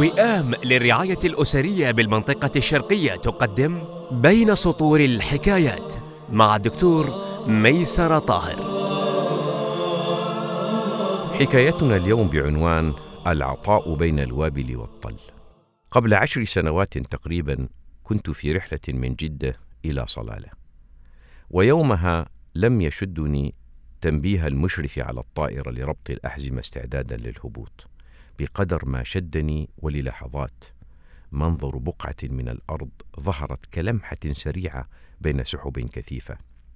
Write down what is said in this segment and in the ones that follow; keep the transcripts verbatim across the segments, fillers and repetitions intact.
وئام للرعاية الأسرية بالمنطقة الشرقية تقدم بين سطور الحكايات مع الدكتور ميسر طاهر. حكايتنا اليوم بعنوان العطاء بين الوابل والطل. قبل عشر سنوات تقريبا كنت في رحلة من جدة إلى صلالة، ويومها لم يشدني تنبيه المشرف على الطائرة لربط الأحزمة استعدادا للهبوط بقدر ما شدني وللحظات منظر بقعة من الأرض ظهرت كلمحة سريعة بين سحب كثيفة.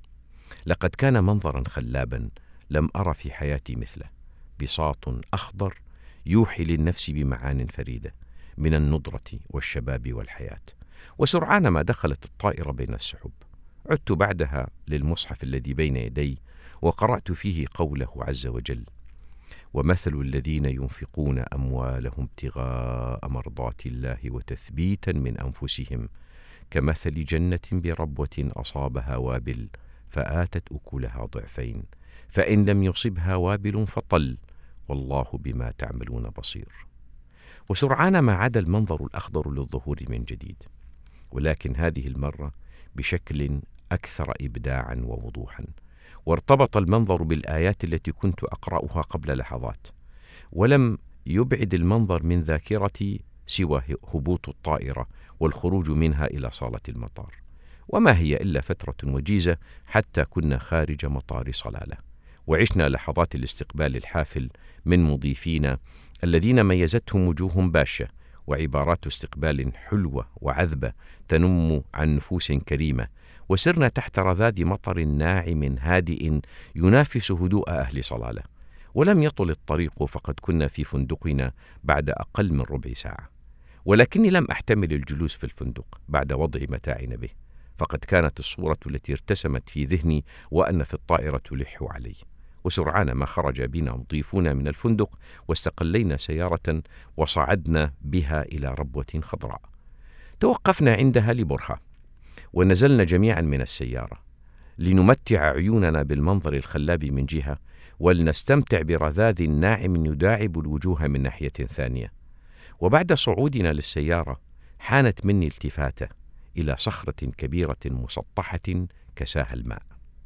لقد كان منظرا خلابا لم أرى في حياتي مثله، بساط أخضر يوحي للنفس بمعان فريدة من النضرة والشباب والحياة. وسرعان ما دخلت الطائرة بين السحب عدت بعدها للمصحف الذي بين يدي وقرأت فيه قوله عز وجل: ومثل الذين ينفقون أموالهم ابتغاء مرضات الله وتثبيتا من أنفسهم كمثل جنة بربوة أصابها وابل فآتت أكلها ضعفين فإن لم يصبها وابل فطل والله بما تعملون بصير. وسرعان ما عاد المنظر الأخضر للظهور من جديد، ولكن هذه المرة بشكل أكثر إبداعا ووضوحا، وارتبط المنظر بالآيات التي كنت أقرأها قبل لحظات، ولم يبعد المنظر من ذاكرتي سوى هبوط الطائرة والخروج منها إلى صالة المطار، وما هي إلا فترة وجيزة حتى كنا خارج مطار صلالة، وعشنا لحظات الاستقبال الحافل من مضيفين الذين ميزتهم وجوه باشة وعبارات استقبال حلوة وعذبة تنم عن نفوس كريمة، وسرنا تحت رذاذ مطر ناعم هادئ ينافس هدوء أهل صلالة. ولم يطل الطريق فقد كنا في فندقنا بعد أقل من ربع ساعة، ولكني لم أحتمل الجلوس في الفندق بعد وضع متاعنا به، فقد كانت الصورة التي ارتسمت في ذهني وأن في الطائرة تلح علي. وسرعان ما خرج بنا مضيفون من الفندق واستقلينا سيارة وصعدنا بها إلى ربوة خضراء. توقفنا عندها لبرهة، ونزلنا جميعا من السيارة لنمتع عيوننا بالمنظر الخلاب من جهة، ولنستمتع برذاذ ناعم يداعب الوجوه من ناحية ثانية. وبعد صعودنا للسيارة حانت مني التفاتة إلى صخرة كبيرة مسطحة كساها الماء،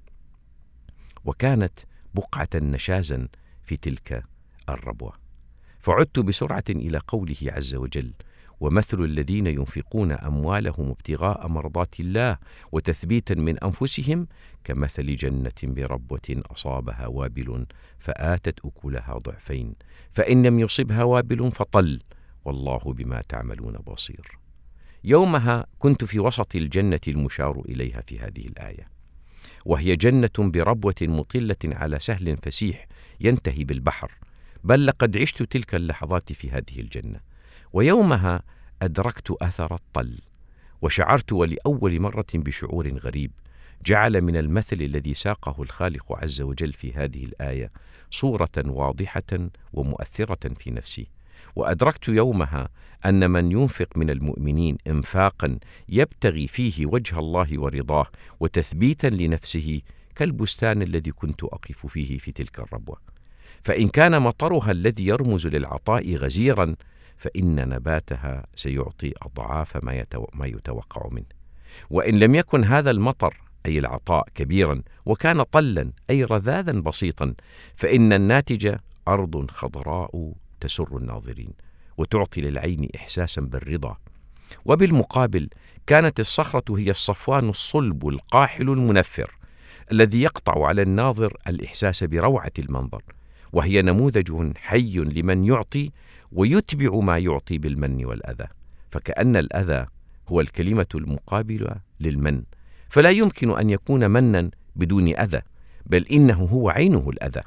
وكانت بقعة نشازا في تلك الربوة. فعدت بسرعة إلى قوله عز وجل: ومثل الذين ينفقون أموالهم ابتغاء مرضات الله وتثبيتا من أنفسهم كمثل جنة بربوة أصابها وابل فآتت أكلها ضعفين فإن لم يصبها وابل فطل والله بما تعملون بصير. يومها كنت في وسط الجنة المشار إليها في هذه الآية، وهي جنة بربوة مطلة على سهل فسيح ينتهي بالبحر، بل لقد عشت تلك اللحظات في هذه الجنة. ويومها أدركت أثر الطل، وشعرت ولأول مرة بشعور غريب جعل من المثل الذي ساقه الخالق عز وجل في هذه الآية صورة واضحة ومؤثرة في نفسي. وأدركت يومها أن من ينفق من المؤمنين إنفاقا يبتغي فيه وجه الله ورضاه وتثبيتا لنفسه كالبستان الذي كنت أقف فيه في تلك الربوة، فإن كان مطرها الذي يرمز للعطاء غزيرا فإن نباتها سيعطي أضعاف ما, يتو... ما يتوقع منه. وإن لم يكن هذا المطر أي العطاء كبيرا وكان طلا أي رذاذا بسيطا فإن الناتج أرض خضراء تسر الناظرين وتعطي للعين إحساسا بالرضا. وبالمقابل كانت الصخرة هي الصفوان الصلب القاحل المنفر الذي يقطع على الناظر الإحساس بروعة المنظر، وهي نموذج حي لمن يعطي ويتبع ما يعطي بالمن والأذى، فكأن الأذى هو الكلمة المقابلة للمن، فلا يمكن أن يكون منا بدون أذى، بل إنه هو عينه الأذى.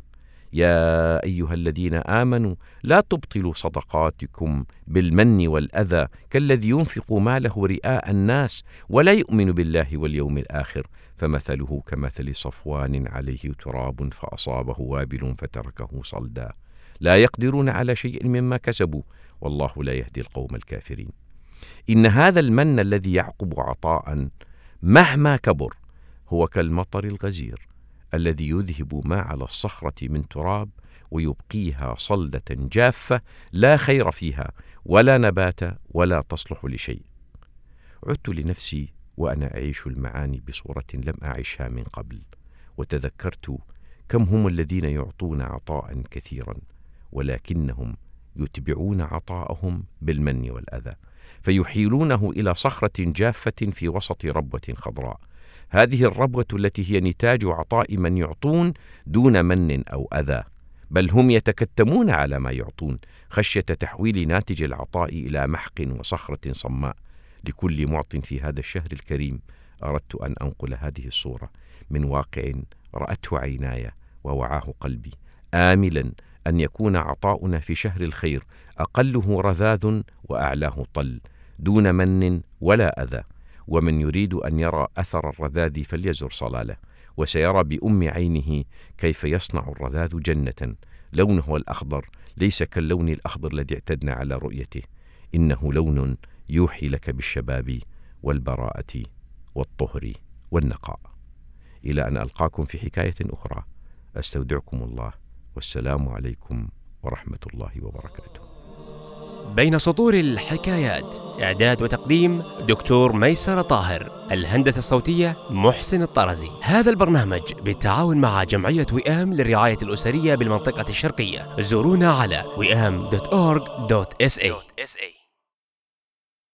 يا أيها الذين آمنوا لا تبطلوا صدقاتكم بالمن والأذى كالذي ينفق ماله رئاء الناس ولا يؤمن بالله واليوم الآخر فمثله كمثل صفوان عليه تراب فأصابه وابل فتركه صلدا لا يقدرون على شيء مما كسبوا والله لا يهدي القوم الكافرين. إن هذا المن الذي يعقب عطاء مهما كبر هو كالمطر الغزير الذي يذهب ما على الصخرة من تراب ويبقيها صلدة جافة لا خير فيها ولا نبات ولا تصلح لشيء. عدت لنفسي وأنا أعيش المعاني بصورة لم أعشها من قبل، وتذكرت كم هم الذين يعطون عطاء كثيرا ولكنهم يتبعون عطاءهم بالمن والأذى، فيحيلونه إلى صخرة جافة في وسط ربوة خضراء. هذه الربوة التي هي نتاج عطاء من يعطون دون من أو أذى، بل هم يتكتمون على ما يعطون خشية تحويل ناتج العطاء إلى محق وصخرة صماء. لكل معط في هذا الشهر الكريم أردت أن أنقل هذه الصورة من واقع رأته عيناي ووعاه قلبي، آملا أن يكون عطاؤنا في شهر الخير أقله رذاذ وأعلاه طل، دون من ولا أذى. ومن يريد أن يرى أثر الرذاذ فليزر صلالة، وسيرى بأم عينه كيف يصنع الرذاذ جنة لونه الأخضر ليس كاللون الأخضر الذي اعتدنا على رؤيته، إنه لون يوحي لك بالشباب والبراءة والطهر والنقاء. إلى أن ألقاكم في حكاية أخرى، أستودعكم الله، والسلام عليكم ورحمة الله وبركاته. بين سطور الحكايات، إعداد وتقديم دكتور ميسر طاهر، الهندسة الصوتية محسن الطرزي. هذا البرنامج بالتعاون مع جمعية وئام للرعاية الأسرية بالمنطقة الشرقية. زورونا على وئام دوت أورج دوت إس إيه.